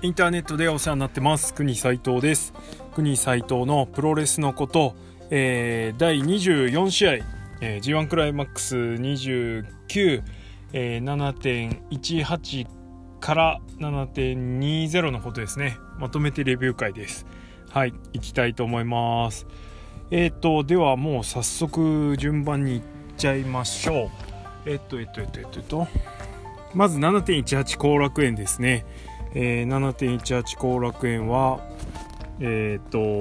インターネットでお世話になってます国斉藤です。国斉藤のプロレスのこと、第24試合、G1 クライマックス29、7.18 から 7.20 のことですね。まとめてレビュー会です。はい、行きたいと思います。ではもう早速順番に行っちゃいましょう。まず 7.18 後楽園ですね。7.18 後楽園は第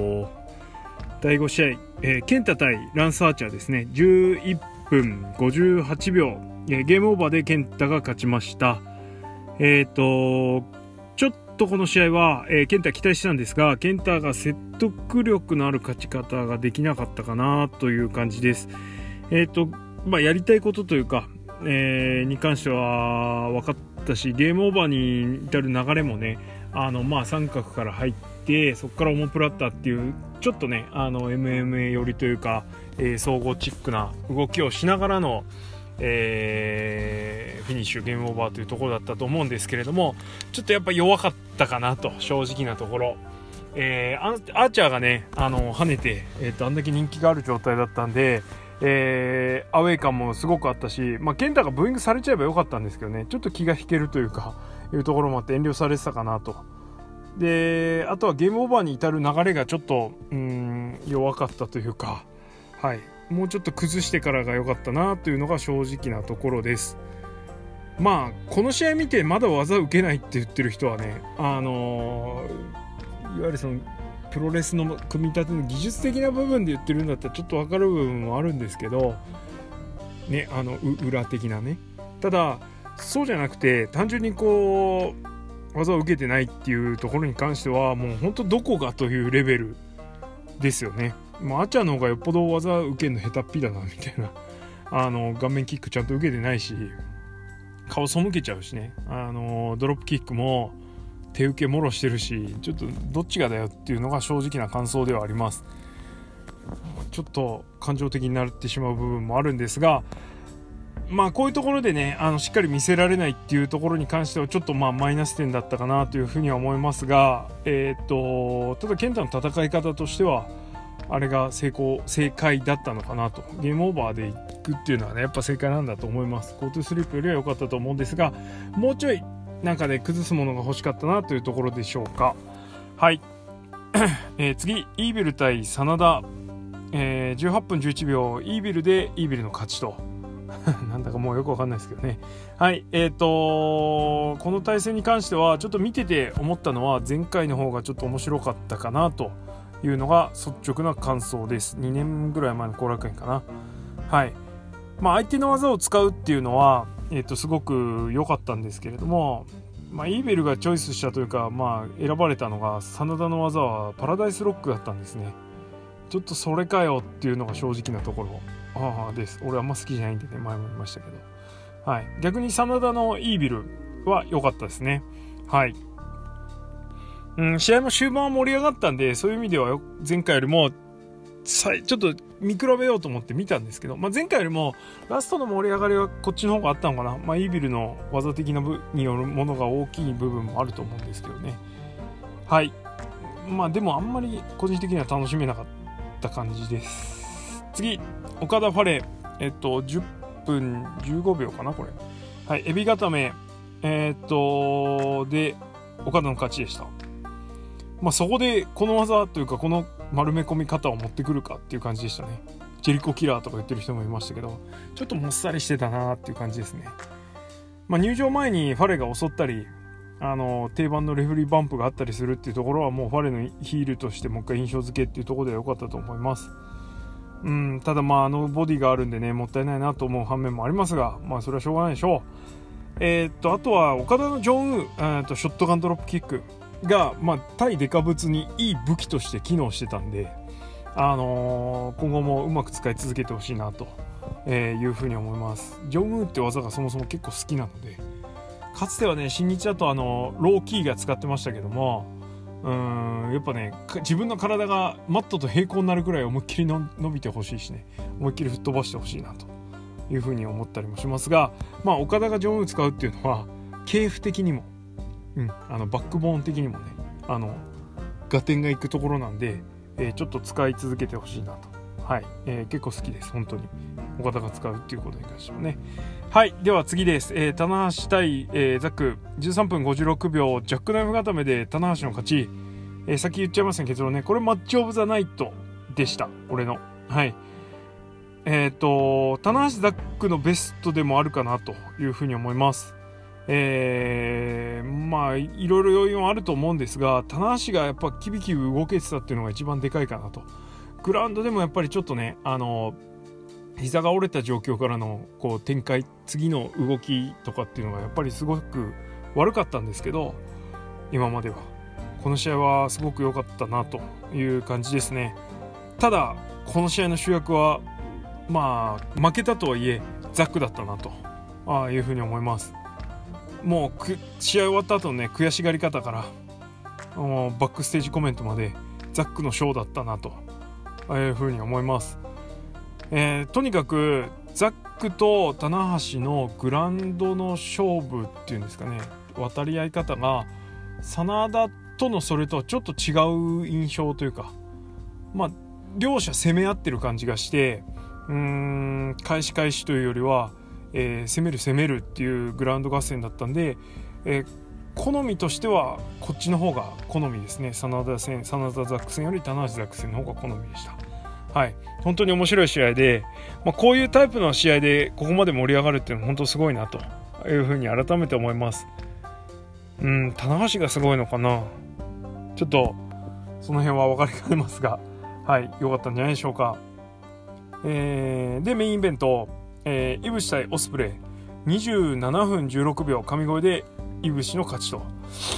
5試合、ケンタ対ランス・アーチャーですね。11分58秒、ゲームオーバーでケンタが勝ちました。ちょっとこの試合は、ケンタ期待したんですが、ケンタが説得力のある勝ち方ができなかったかなという感じです。やりたいことというか、に関しては分かったし、ゲームオーバーに至る流れもね、三角から入ってそこからオモプラッターっていうちょっとねMMA 寄りというか、総合チックな動きをしながらの、フィニッシュゲームオーバーというところだったと思うんですけれども、ちょっとやっぱ弱かったかなと、正直なところ、アーチャーがね跳ねて、あんだけ人気がある状態だったんで、アウェイ感もすごくあったし、ケンタがブーイングされちゃえばよかったんですけどね、ちょっと気が引けるというかいうところもあって遠慮されてたかなと。であとはゲームオーバーに至る流れがちょっと弱かったというか、はい、もうちょっと崩してからが良かったなというのが正直なところです。この試合見てまだ技受けないって言ってる人はね、いわゆるそのプロレスの組み立ての技術的な部分で言ってるんだったらちょっと分かる部分もあるんですけどね、裏的なね。ただそうじゃなくて、単純にこう技を受けてないっていうところに関してはもう本当どこがというレベルですよね。アーチャーの方がよっぽど技受けるの下手っぴだなみたいな、顔面キックちゃんと受けてないし、顔背けちゃうしね、ドロップキックも手受けもろしてるし、ちょっとどっちがだよっていうのが正直な感想ではあります。ちょっと感情的になってしまう部分もあるんですが、こういうところでねしっかり見せられないっていうところに関してはちょっとマイナス点だったかなというふうには思いますが、ただケンタの戦い方としてはあれが正解だったのかなと。ゲームオーバーでいくっていうのはねやっぱ正解なんだと思います。GoToスリープよりは良かったと思うんですが、もうちょいなんかね崩すものが欲しかったなというところでしょうか。はい、次イービル対真田、18分11秒イービルでイービルの勝ちとなんだかもうよくわかんないですけどね。はい、この対戦に関してはちょっと見てて思ったのは前回の方がちょっと面白かったかなというのが率直な感想です。2年ぐらい前の後楽園かな。はい、相手の技を使うっていうのは、すごく良かったんですけれども、イーベルがチョイスしたというか、選ばれたのが真田の技はパラダイスロックだったんですね。ちょっとそれかよっていうのが正直なところです。俺あんま好きじゃないんでね、前も言いましたけど、はい、逆に真田のイービルは良かったですね。はい、試合も終盤は盛り上がったんで、そういう意味では前回よりもちょっと見比べようと思って見たんですけど、前回よりもラストの盛り上がりはこっちの方があったのかな。イービルの技的なによるものが大きい部分もあると思うんですけどね。はい、でもあんまり個人的には楽しめなかった感じです。次岡田ファレ、10分15秒かなこれ。はい、エビ固めで岡田の勝ちでした。そこでこの技というかこの丸め込み方を持ってくるかっていう感じでしたね。ジェリコキラーとか言ってる人もいましたけど、ちょっともっさりしてたなっていう感じですね。入場前にファレが襲ったり定番のレフェリーバンプがあったりするっていうところはもうファレのヒールとしてもう一回印象付けっていうところでは良かったと思います。ただボディがあるんでねもったいないなと思う反面もありますが、それはしょうがないでしょう。あとは岡田のジョンウーショットガンドロップキックが、対デカブツにいい武器として機能してたんで、今後もうまく使い続けてほしいなと、いうふうに思います。ジョンウーって技がそもそも結構好きなので、かつてはね新日だとローキーが使ってましたけども、やっぱね自分の体がマットと平行になるくらい思いっきり伸びてほしいしね、思いっきり吹っ飛ばしてほしいなというふうに思ったりもしますが、岡田がジョンウー使うっていうのは系譜的にもバックボーン的にもね合点がいくところなんで、ちょっと使い続けてほしいなと、結構好きです。本当に岡田が使うっていうことに関してもね。では次です。棚橋対、ザック13分56秒ジャックナイフ固めで棚橋の勝ち。先言っちゃいますね、結論ね。これマッチオブザナイトでした、俺の。棚橋ザックのベストでもあるかなというふうに思います。いろいろ要因はあると思うんですが、棚橋がやっぱキビキビ動けてたっていうのが一番でかいかなと。グラウンドでもやっぱりちょっとね、膝が折れた状況からのこう展開、次の動きとかっていうのがやっぱりすごく悪かったんですけど、今まではこの試合はすごく良かったなという感じですね。ただこの試合の主役は負けたとはいえザックだったなというふうに思います。もう試合終わった後のね悔しがり方からバックステージコメントまでザックのショーだったなというふうに思います。とにかくザックと棚橋のグラウンドの勝負っていうんですかね、渡り合い方が真田とのそれとはちょっと違う印象というか、両者攻め合ってる感じがして、返し返しというよりは、攻めるっていうグラウンド合戦だったんで、好みとしてはこっちの方が好みですね。真田ザック戦より棚橋ザック戦の方が好みでした。本当に面白い試合で、こういうタイプの試合でここまで盛り上がるっていうのは本当すごいなというふうに改めて思います。棚橋がすごいのかな、ちょっとその辺は分かりかねますが、良かったんじゃないでしょうか。でメインイベント、イブシ対オスプレイ27分16秒神越でイブシの勝ちと。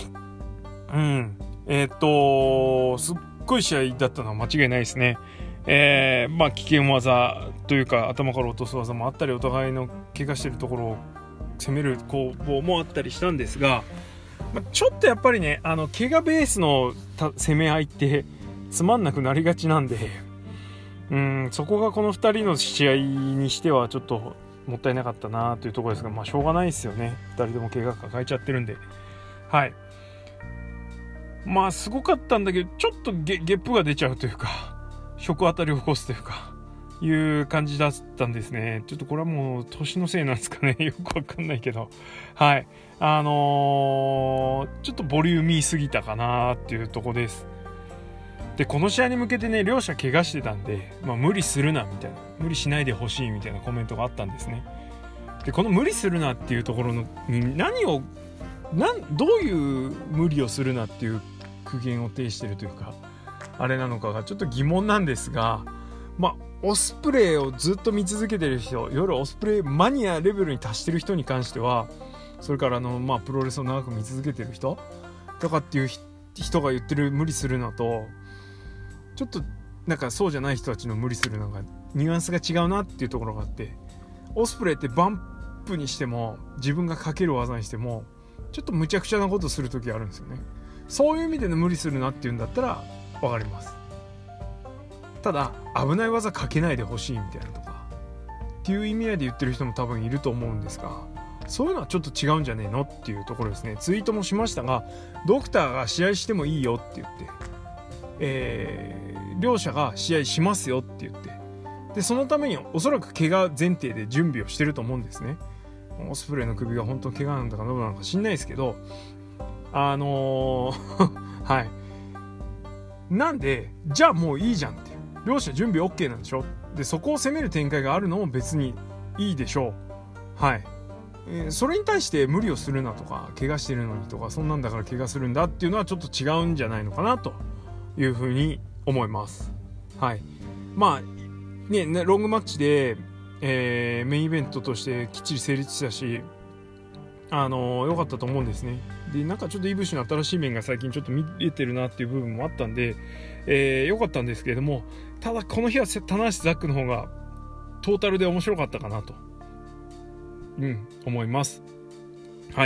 すっごい試合だったのは間違いないですね。危険技というか頭から落とす技もあったり、お互いの怪我してるところを攻める攻防もあったりしたんですが、ちょっとやっぱりね怪我ベースの攻め合いってつまんなくなりがちなんで、そこがこの2人の試合にしてはちょっともったいなかったなというところですが、しょうがないですよね。2人とも怪我抱えちゃってるんで。すごかったんだけど、ちょっとゲップが出ちゃうというか、食当たりを起こすというかいう感じだったんですね。ちょっとこれはもう年のせいなんですかね、よくわかんないけど、ちょっとボリューミーすぎたかなっていうところです。でこの試合に向けてね、両者怪我してたんで、無理するなみたいな、無理しないでほしいみたいなコメントがあったんですね。でこの無理するなっていうところのにどういう無理をするなっていう苦言を呈してるというか、あれなのかがちょっと疑問なんですが、オスプレイをずっと見続けてる人、いわゆるオスプレイマニアレベルに達してる人に関しては、それからプロレスを長く見続けてる人とかっていう人が言ってる無理するのと、ちょっとそうじゃない人たちの無理するのがニュアンスが違うなっていうところがあって、オスプレイってバンプにしても自分がかける技にしてもちょっとむちゃくちゃなことする時あるんですよね。そういう意味での無理するなっていうんだったら分かります。ただ危ない技かけないでほしいみたいなとかっていう意味合いで言ってる人も多分いると思うんですが、そういうのはちょっと違うんじゃねえのっていうところですね。ツイートもしましたが、ドクターが試合してもいいよって言って、両者が試合しますよって言って、でそのためにおそらく怪我前提で準備をしてると思うんですね。オスプレイの首が本当に怪我なんだかどうなのか知んないですけど、なんでじゃあもういいじゃんっていう、両者準備 OK なんでしょ。でそこを攻める展開があるのも別にいいでしょう。それに対して無理をするなとか、怪我してるのにとか、そんなんだから怪我するんだっていうのはちょっと違うんじゃないのかなというふうに思います。ロングマッチで、メインイベントとしてきっちり成立したし、良かったと思うんですね。でちょっとイブシの新しい面が最近ちょっと見えてるなっていう部分もあったんで、良かったんですけれども、ただこの日は棚橋ザックの方がトータルで面白かったかなと、思います。と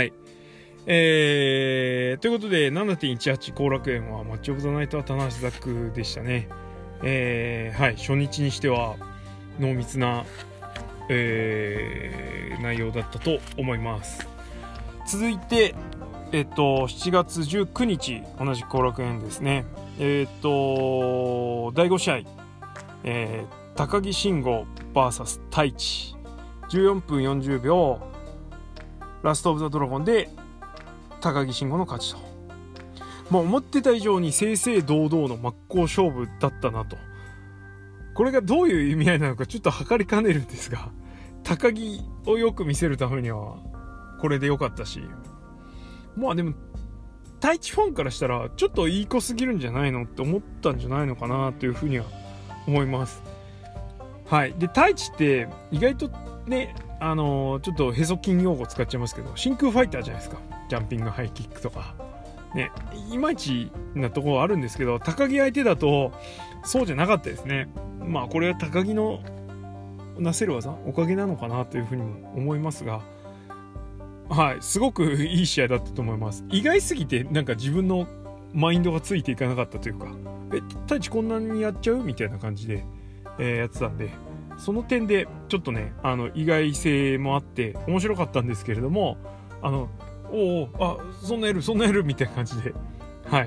いうことで 7.18 後楽園はマッチオブザナイトは棚橋ザックでしたね。初日にしては濃密な、内容だったと思います。続いて、 7月19日同じ後楽園ですね。第5試合、高木慎吾 VS 太一14分40秒ラストオブザドラゴンで高木慎吾の勝ちと。もう思ってた以上に正々堂々の真っ向勝負だったなと。これがどういう意味合いなのかちょっと測りかねるんですが、高木をよく見せるためにはこれでよかったし、まあでも太一ファンからしたらちょっといい子すぎるんじゃないのって思ったんじゃないのかなというふうには思います。はい。で太一って意外とね、ちょっとへそ筋用語使っちゃいますけど、真空ファイターじゃないですか。ジャンピングハイキックとかね、いまいちなところあるんですけど、高木相手だとそうじゃなかったですね。まあこれは高木のなせる技おかげなのかなというふうにも思いますが、はい、すごくいい試合だったと思います。意外すぎてなんか自分のマインドがついていかなかったというか、太一こんなにやっちゃうみたいな感じで、やってたんで、その点でちょっとね意外性もあって面白かったんですけれども、そんなやるみたいな感じで、はい、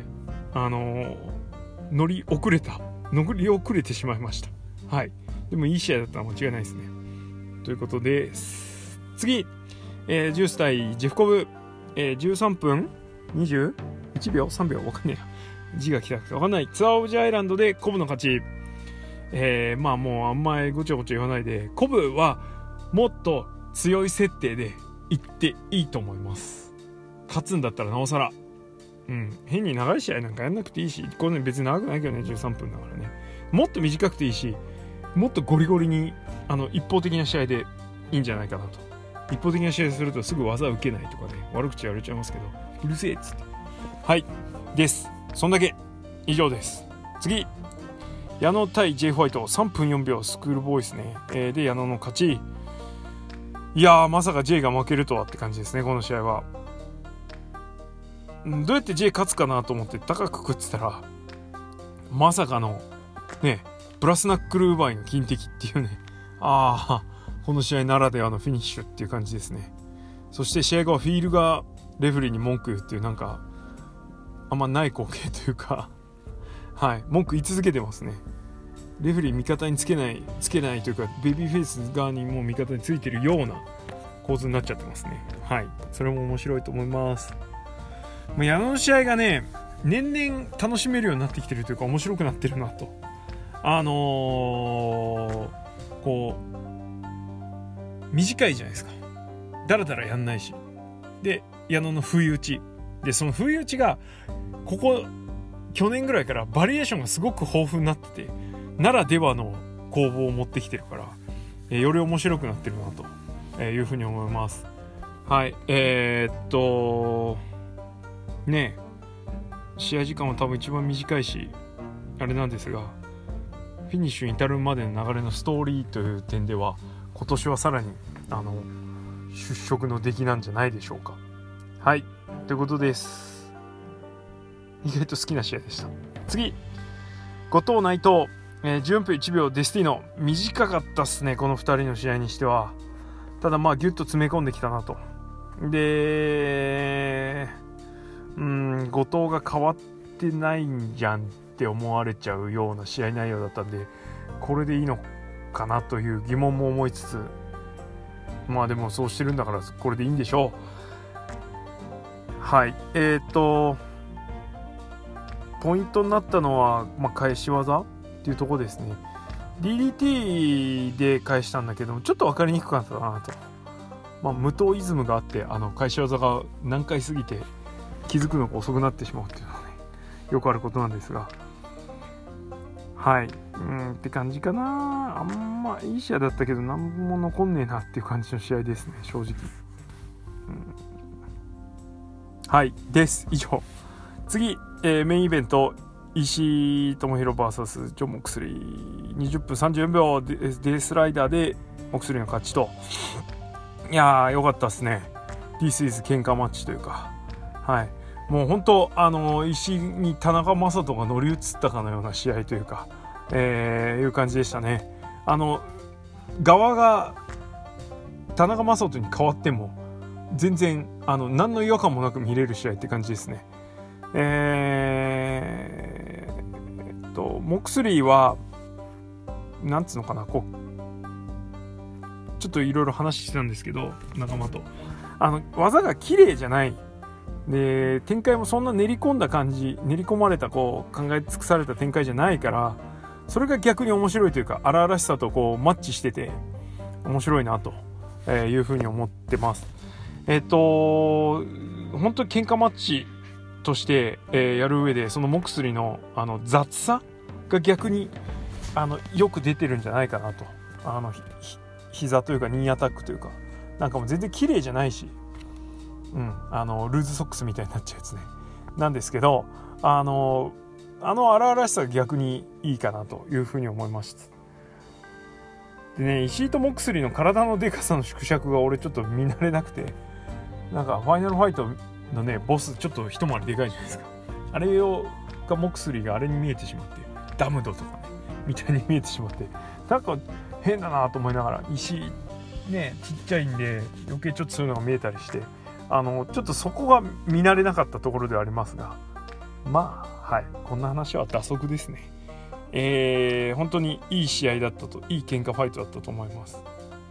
乗り遅れてしまいました。はい。でもいい試合だったのは間違いないですね。ということで次、ジュース対ジェフコブ、13分21秒3秒わかんねえや、字が来たかわかんない。ツアーオブジアイランドでコブの勝ち。まあもうあんまりごちゃごちゃ言わないで、コブはもっと強い設定でいっていいと思います。勝つんだったらなおさら、変に長い試合なんかやんなくていいし、これ別に長くないけどね、13分だからね。もっと短くていいし、もっとゴリゴリに一方的な試合でいいんじゃないかなと。一方的な試合するとすぐ技受けないとかね、悪口言われちゃいますけど、うるせえっつって、はいですそんだけ以上です。次、矢野対 J ホワイト3分4秒スクールボーイですね、で矢野の勝ち。いやー、まさか J が負けるとはって感じですね。この試合はどうやって J 勝つかなと思って高く食ってたら、まさかのね、ブラスナックル奪いの金敵っていうね、この試合ならではのフィニッシュっていう感じですね。そして試合後はフィールがレフェリーに文句言うっていう、なんかあんまない光景というかはい、文句言い続けてますね。レフェリー味方につけないというか、ベビーフェイス側にもう味方についてるような構図になっちゃってますね。はい、それも面白いと思います。矢野の試合がね、年々楽しめるようになってきてるというか、面白くなってるなと。こう短いじゃないですか。だらだらやんないし。で、矢野の不意打ちで、その不意打ちがここ去年ぐらいからバリエーションがすごく豊富になってて、ならではの攻防を持ってきてるから、より面白くなってるなというふうに思います。はい。ね、試合時間は多分一番短いしあれなんですが、フィニッシュに至るまでの流れのストーリーという点では今年はさらに出色の出来なんじゃないでしょうか。はい、ということです。意外と好きな試合でした。次、後藤内藤、14分1秒デスティーノ。短かったっすね、この2人の試合にしては。ただまあギュッと詰め込んできたなと。で後藤が変わってないんじゃんって思われちゃうような試合内容だったんで、これでいいのかなという疑問も思いつつ、まあでもそうしてるんだからこれでいいんでしょう。はい、ポイントになったのは、返し技っていうところですね。 DDT で返したんだけどちょっと分かりにくかったなと。無党イズムがあって、返し技が難解すぎて気づくのが遅くなってしまうっていうのはね、よくあることなんですが、はいって感じかな。あんまいい試合だったけど何も残んねえなっていう感じの試合ですね、正直。はいです以上。次、メインイベント、石井智弘 VS ジョン・モクスリー20分34秒デスライダーでモクスリーの勝ちと。いやー、よかったですね。 This is 喧嘩マッチというか、はい、もう本当石井に田中将人が乗り移ったかのような試合というか、いう感じでしたね。側が田中将人に変わっても全然何の違和感もなく見れる試合って感じですね。モクスリーはなんつうのかな、こうちょっといろいろ話してたんですけど、仲間と技が綺麗じゃないで、展開もそんな練り込んだ感じ、練り込まれたこう考え尽くされた展開じゃないから、それが逆に面白いというか、荒々しさとこうマッチしてて面白いなというふうに思ってます。本当に喧嘩マッチとして、やる上でそのモクスリーの雑さが逆によく出てるんじゃないかなと。膝というかニーアタックというか、なんかもう全然綺麗じゃないし、ルーズソックスみたいになっちゃうやつねなんですけど、荒々しさが逆にいいかなというふうに思いました。でね、石井とモクスリーの体のでかさの縮尺が俺ちょっと見慣れなくて、なんかファイナルファイトのねボスちょっと一回りでかいじゃないですか。あれがモクスリーがあれに見えてしまって、ダムドとかねみたいに見えてしまって、なんか変だなと思いながら、石井ねちっちゃいんで余計ちょっとそういうのが見えたりして、ちょっとそこが見慣れなかったところではありますが、まあはい、こんな話は打足ですね。本当にいい試合だったと、いい喧嘩ファイトだったと思います。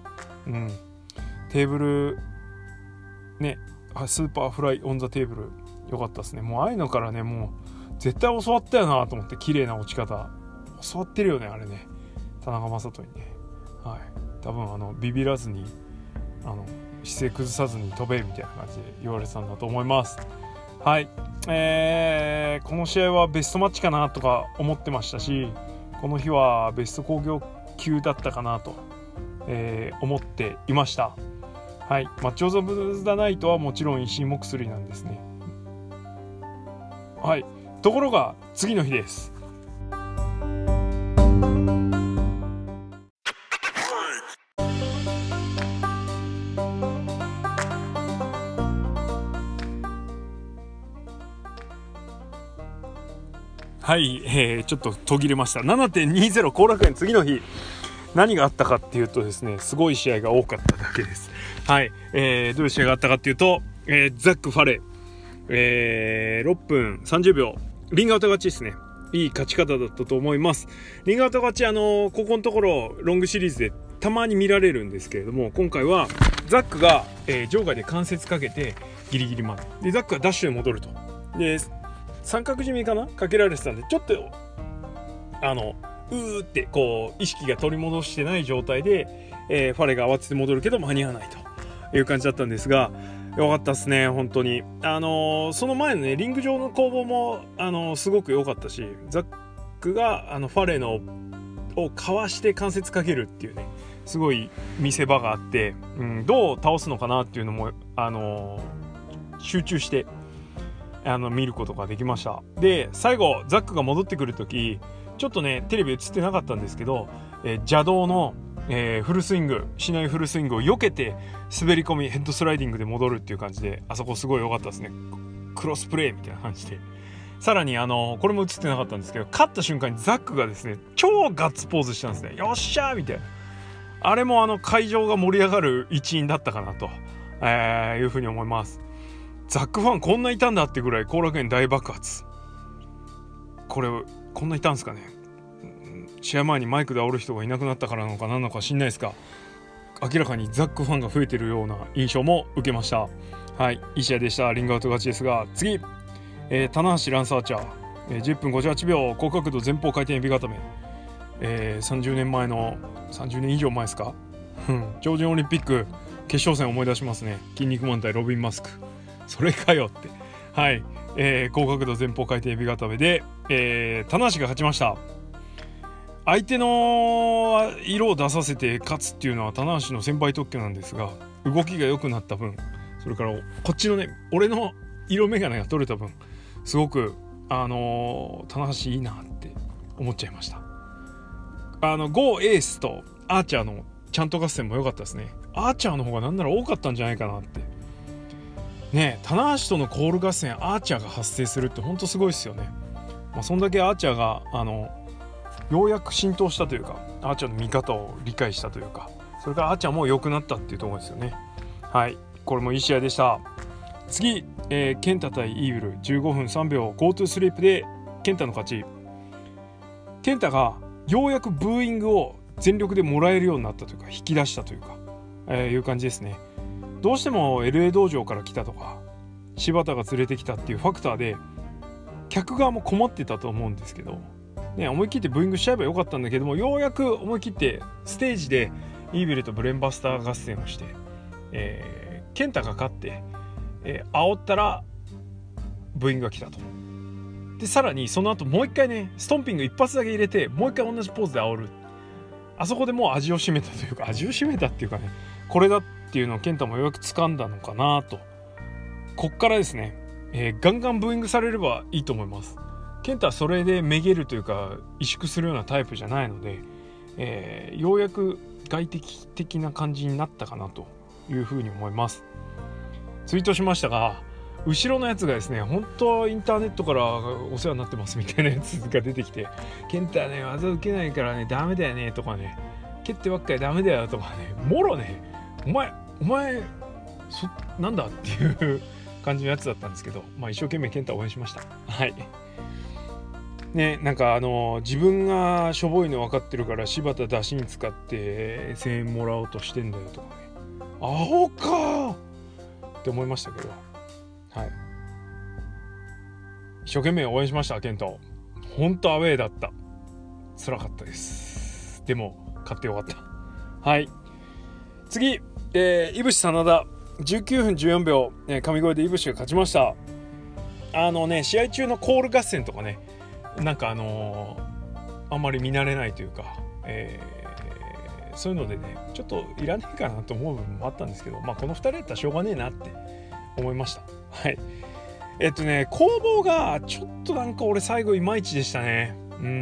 テーブルね、スーパーフライオンザテーブル良かったですね。もうああいうのからね、もう絶対教わったよなと思って、綺麗な落ち方教わってるよねあれね、田中将人にね。はい、多分ビビらずに姿勢崩さずに飛べみたいな感じで言われてたんだと思います。はい、この試合はベストマッチかなとか思ってましたし、この日はベスト興行級だったかなと、思っていました。はい、マッチョ・オブ・ザ・ナイトはもちろん石井モクスリーなんですね。はい、ところが次の日です。はい、ちょっと途切れました。 7.20 後楽園、次の日何があったかっていうとですね、すごい試合が多かっただけです。はい、どういう試合があったかっていうと、ザック・ファレ、6分30秒リングアウト勝ちですね。いい勝ち方だったと思います。リングアウト勝ち、ここのところロングシリーズでたまに見られるんですけれども、今回はザックが、場外で関節かけてギリギリまでザックがダッシュで戻ると。で三角締めかなかけられてたんで、ちょっとうーってこう意識が取り戻してない状態で、ファレが慌てて戻るけど間に合わないという感じだったんですが、良かったですね本当に。その前のねリング上の攻防もすごく良かったし、ザックがファレのをかわして関節かけるっていうね、すごい見せ場があって、どう倒すのかなっていうのも集中して見ることができました。で最後ザックが戻ってくるとき、ちょっとねテレビ映ってなかったんですけど、邪道の、フルスイング、しないフルスイングを避けて滑り込みヘッドスライディングで戻るっていう感じで、あそこすごい良かったですね。クロスプレーみたいな感じで、さらにこれも映ってなかったんですけど、勝った瞬間にザックがですね超ガッツポーズしたんですね。よっしゃーみたいな、あれも会場が盛り上がる一因だったかなと、いうふうに思います。ザックファンこんないたんだってぐらい後楽園大爆発。こんないたんすかね。試合前にマイクで煽る人がいなくなったからなのか何なのか知んないですが、明らかにザックファンが増えてるような印象も受けました。はい、いい試合でした。リングアウト勝ちですが、次、棚橋ランサーチャー、10分58秒高角度前方回転エビ固め、30年以上前ですか超人オリンピック決勝戦を思い出しますね。筋肉マン対ロビンマスク、それかよって。はい、高角度前方回転エビ固めで、棚橋が勝ちました。相手の色を出させて勝つっていうのは棚橋の先輩特許なんですが、動きが良くなった分、それからこっちのね俺の色眼鏡が取れた分、すごく棚橋いいなって思っちゃいました。ゴーエースとアーチャーのちゃんと合戦も良かったですね。アーチャーの方がなんなら多かったんじゃないかなってね。棚橋とのコール合戦、アーチャーが発生するって本当すごいですよね。そんだけアーチャーがようやく浸透したというか、アーチャーの見方を理解したというか、それからアーチャーも良くなったっていうところですよね。はい、 これもいい試合でした。次、ケンタ対イーグル15分3秒 GoTo スリープでケンタの勝ち。ケンタがようやくブーイングを全力でもらえるようになったというか、引き出したというか、いう感じですね。どうしても LA 道場から来たとか柴田が連れてきたっていうファクターで客側も困ってたと思うんですけど、ね、思い切ってブーイングしちゃえばよかったんだけども、ようやく思い切ってステージでイービルとブレーンバスター合戦をして、ケンタが勝って、煽ったらブーイングが来たと。でさらにその後もう一回ねストンピング一発だけ入れてもう一回同じポーズで煽る。あそこでもう味を占めたというか、味を占めたっていうかね、これだっていうのをケンタもようやく掴んだのかなと。こっからですね、ガンガンブーイングされればいいと思います。ケンタはそれでめげるというか萎縮するようなタイプじゃないので、ようやく外敵的な感じになったかなというふうに思います。ツイートしましたが、後ろのやつがですね、本当インターネットからお世話になってますみたいなやつが出てきて、ケンタはね技受けないからねダメだよねとかね、蹴ってばっかりダメだよとかね、もろねお前なんだっていう感じのやつだったんですけど、一生懸命ケンタ応援しました。はいね、なんか自分がしょぼいの分かってるから柴田出しに使って声援もらおうとしてんだよとかね、アホかーって思いましたけど、はい、一生懸命応援しました。ケンタ本当アウェーだった、辛かったです。でも勝ってよかった。はい、次、いぶし真田19分14秒、神声でいぶしが勝ちました。試合中のコール合戦とかね、なんかあんまり見慣れないというか、そういうのでねちょっといらねえかなと思う部分もあったんですけど、この2人やったらしょうがねえなって思いました。はい、攻防がちょっとなんか俺最後いまいちでしたね。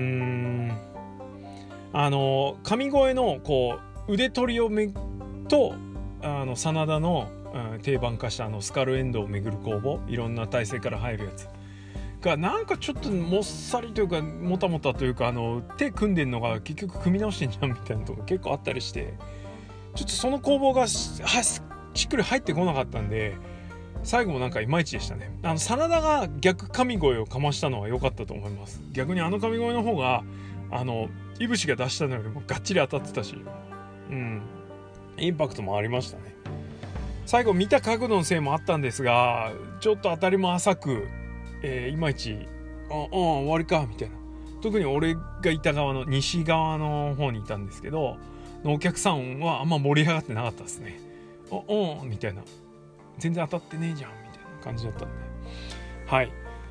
神声のこう腕取りをと真田の、定番化したスカルエンドを巡る攻防、いろんな体勢から入るやつがなんかちょっともっさりというかもたもたというか、手組んでんのが結局組み直してんじゃんみたいなとこ結構あったりして、ちょっとその攻防がしっくり入ってこなかったんで、最後もなんかいまいちでしたね。真田が逆神声をかましたのは良かったと思います。逆に神声の方がいぶしが出したのよりもがっちり当たってたし、インパクトもありましたね。最後見た角度のせいもあったんですが、ちょっと当たりも浅く、いまいち終わりかみたいな。特に俺がいた側の西側の方にいたんですけどのお客さんはあんま盛り上がってなかったですね。みたいな、全然当たってねえじゃんみたいな感じだったんで、はい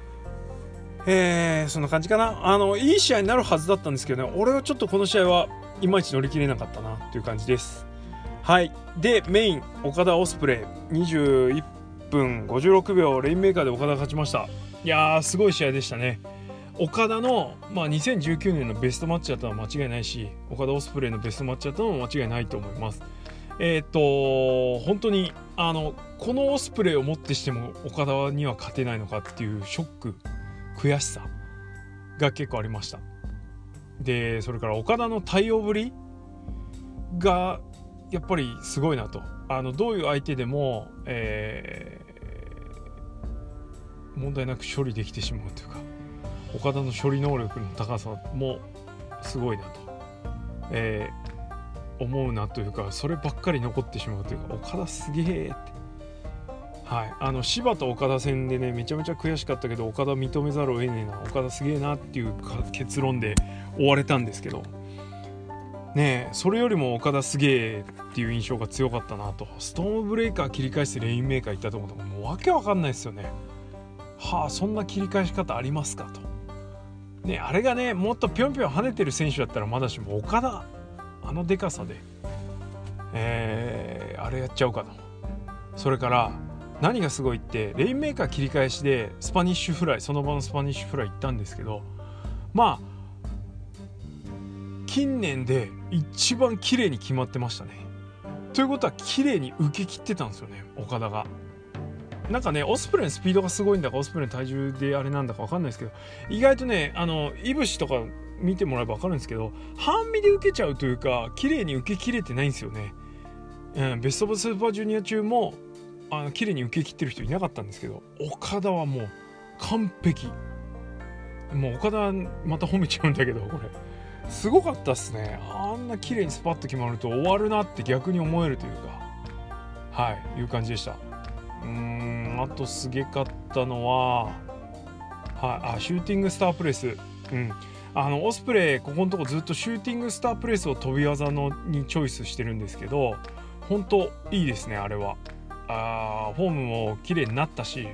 、そんな感じかな。いい試合になるはずだったんですけどね、俺はちょっとこの試合はいまいち乗り切れなかったなっていう感じです。はい、でメイン岡田オスプレイ21分56秒レインメーカーで岡田が勝ちました。いやーすごい試合でしたね。岡田の、2019年のベストマッチだったのは間違いないし、岡田オスプレイのベストマッチだったのも間違いないと思います。本当にこのオスプレイをもってしても岡田には勝てないのかっていうショック、悔しさが結構ありました。でそれから岡田の対応ぶりがやっぱりすごいなと。どういう相手でも、問題なく処理できてしまうというか、岡田の処理能力の高さもすごいなと、思うなというか、そればっかり残ってしまうというか、岡田すげえって、はい、柴田岡田戦でねめちゃめちゃ悔しかったけど、岡田認めざるを得ねえな、岡田すげえなっていう結論で終われたんですけどね、それよりも岡田すげえっていう印象が強かったなと。ストームブレイカー切り返してレインメーカー行ったところもうわけわかんないですよね。そんな切り返し方ありますかとね。あれがねもっとぴょんぴょん跳ねてる選手だったらまだしも、岡田でかさで、あれやっちゃうかと。それから何がすごいって、レインメーカー切り返しでスパニッシュフライ、その場のスパニッシュフライ行ったんですけど、近年で一番綺麗に決まってましたね。ということは綺麗に受け切ってたんですよね、岡田が。なんかねオスプレイのスピードがすごいんだかオスプレイの体重であれなんだか分かんないですけど、意外とねいぶしとか見てもらえば分かるんですけど、半身で受けちゃうというか綺麗に受け切れてないんですよね。ベストオブスーパージュニア中も綺麗に受け切ってる人いなかったんですけど、岡田はもう完璧。もう岡田また褒めちゃうんだけど、これすごかったっすね。あんな綺麗にスパッと決まると終わるなって逆に思えるというか、いう感じでした。あとすげかったのは、シューティングスタープレス。オスプレイここのとこずっとシューティングスタープレスを飛び技にチョイスしてるんですけど、本当いいですね。あれはフォームも綺麗になったし、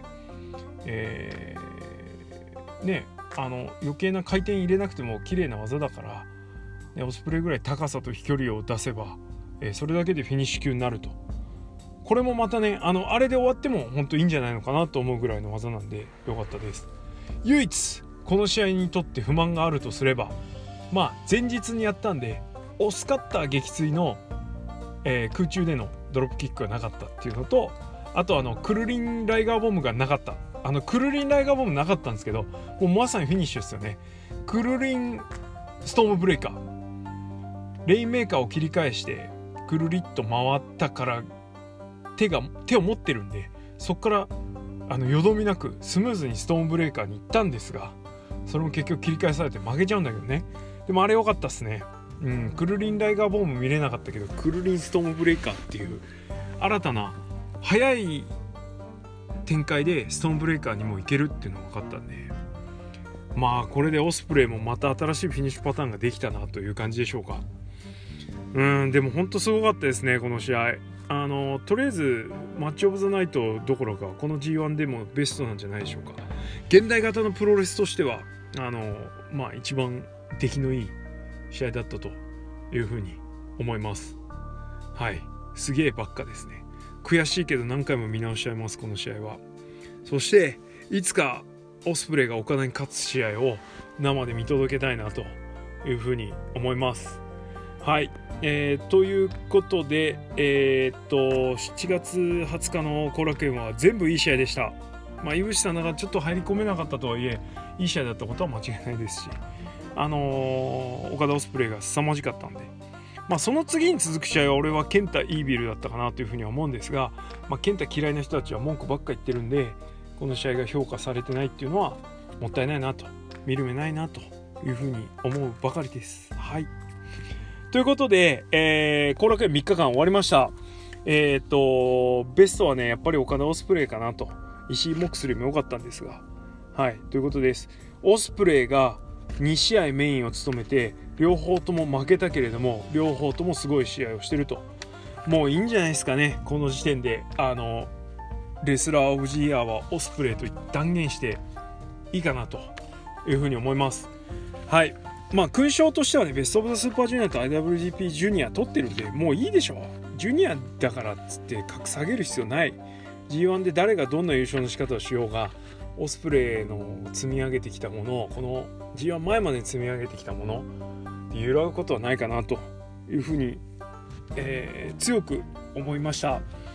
余計な回転入れなくても綺麗な技だから、オスプレイぐらい高さと飛距離を出せば、それだけでフィニッシュ級になると。これもまたね、あれで終わっても本当いいんじゃないのかなと思うぐらいの技なんでよかったです。唯一この試合にとって不満があるとすれば、前日にやったんでオスカッター撃墜の、空中でのドロップキックがなかったっていうのと、あとクルリンライガーボムがなかった。クルリンライガーボムなかったんですけど、もうまさにフィニッシュですよね。クルリンストームブレイカー、レインメーカーを切り返してくるりっと回ったから手を持ってるんで、そこからよどみなくスムーズにストームブレイカーに行ったんですが、それも結局切り返されて負けちゃうんだけどね。でもあれ良かったっすね。クルリンライガーボム見れなかったけど、クルリンストームブレイカーっていう新たな速い展開でストーンブレイカーにもいけるっていうのが分かったんで、これでオスプレイもまた新しいフィニッシュパターンができたなという感じでしょうか。でも本当すごかったですね、この試合。とりあえずマッチオブザナイトどころかこの G1 でもベストなんじゃないでしょうか。現代型のプロレスとしては一番出来のいい試合だったというふうに思います。すげえばっかですね。悔しいけど何回も見直しちゃいます、この試合は。そしていつかオスプレイが岡田に勝つ試合を生で見届けたいなというふうに思います。ということで、7月20日の後楽園は全部いい試合でした。井口さんがちょっと入り込めなかったとはいえいい試合だったことは間違いないですし、岡田オスプレイが凄まじかったんで、その次に続く試合は俺はケンタイービルだったかなというふうには思うんですが、ケンタ嫌いな人たちは文句ばっか言ってるんで、この試合が評価されてないっていうのはもったいないなと、見る目ないなというふうに思うばかりです。ということで、後楽園3日間終わりました。ベストはねやっぱり岡田オスプレイかなと。石井モックスリーも良かったんですが、ということです。オスプレイが2試合メインを務めて両方とも負けたけれども、両方ともすごい試合をしてると。もういいんじゃないですかね、この時点でレスラーオブジーイヤーはオスプレイと断言していいかなというふうに思います。勲章としてはね、ベストオブザスーパージュニアと IWGP ジュニア取ってるんでもういいでしょ。ジュニアだからっつって格下げる必要ない。 G1 で誰がどんな優勝の仕方をしようが、オスプレイの積み上げてきたもの、この G1 前まで積み上げてきたもの揺らぐことはないかなというふうに、強く思いました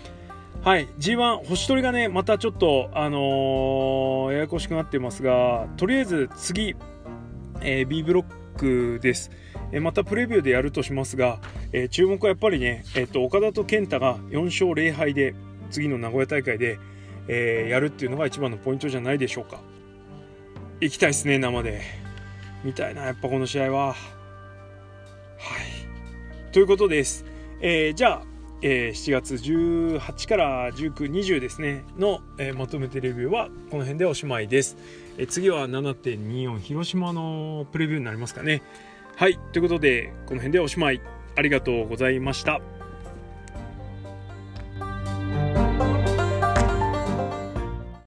。G1 星取りがねまたちょっとややこしくなってますが、とりあえず次、B ブロックです。またプレビューでやるとしますが、注目はやっぱりね、岡田と健太が4勝0敗で次の名古屋大会で、やるっていうのが一番のポイントじゃないでしょうか。行きたいですね、生で見たいな、やっぱこの試合は。ということです。じゃあ、7月18から19、20ですねの、まとめてレビューはこの辺でおしまいです。次は 7.24 広島のプレビューになりますかね。ということでこの辺でおしまい。ありがとうございました。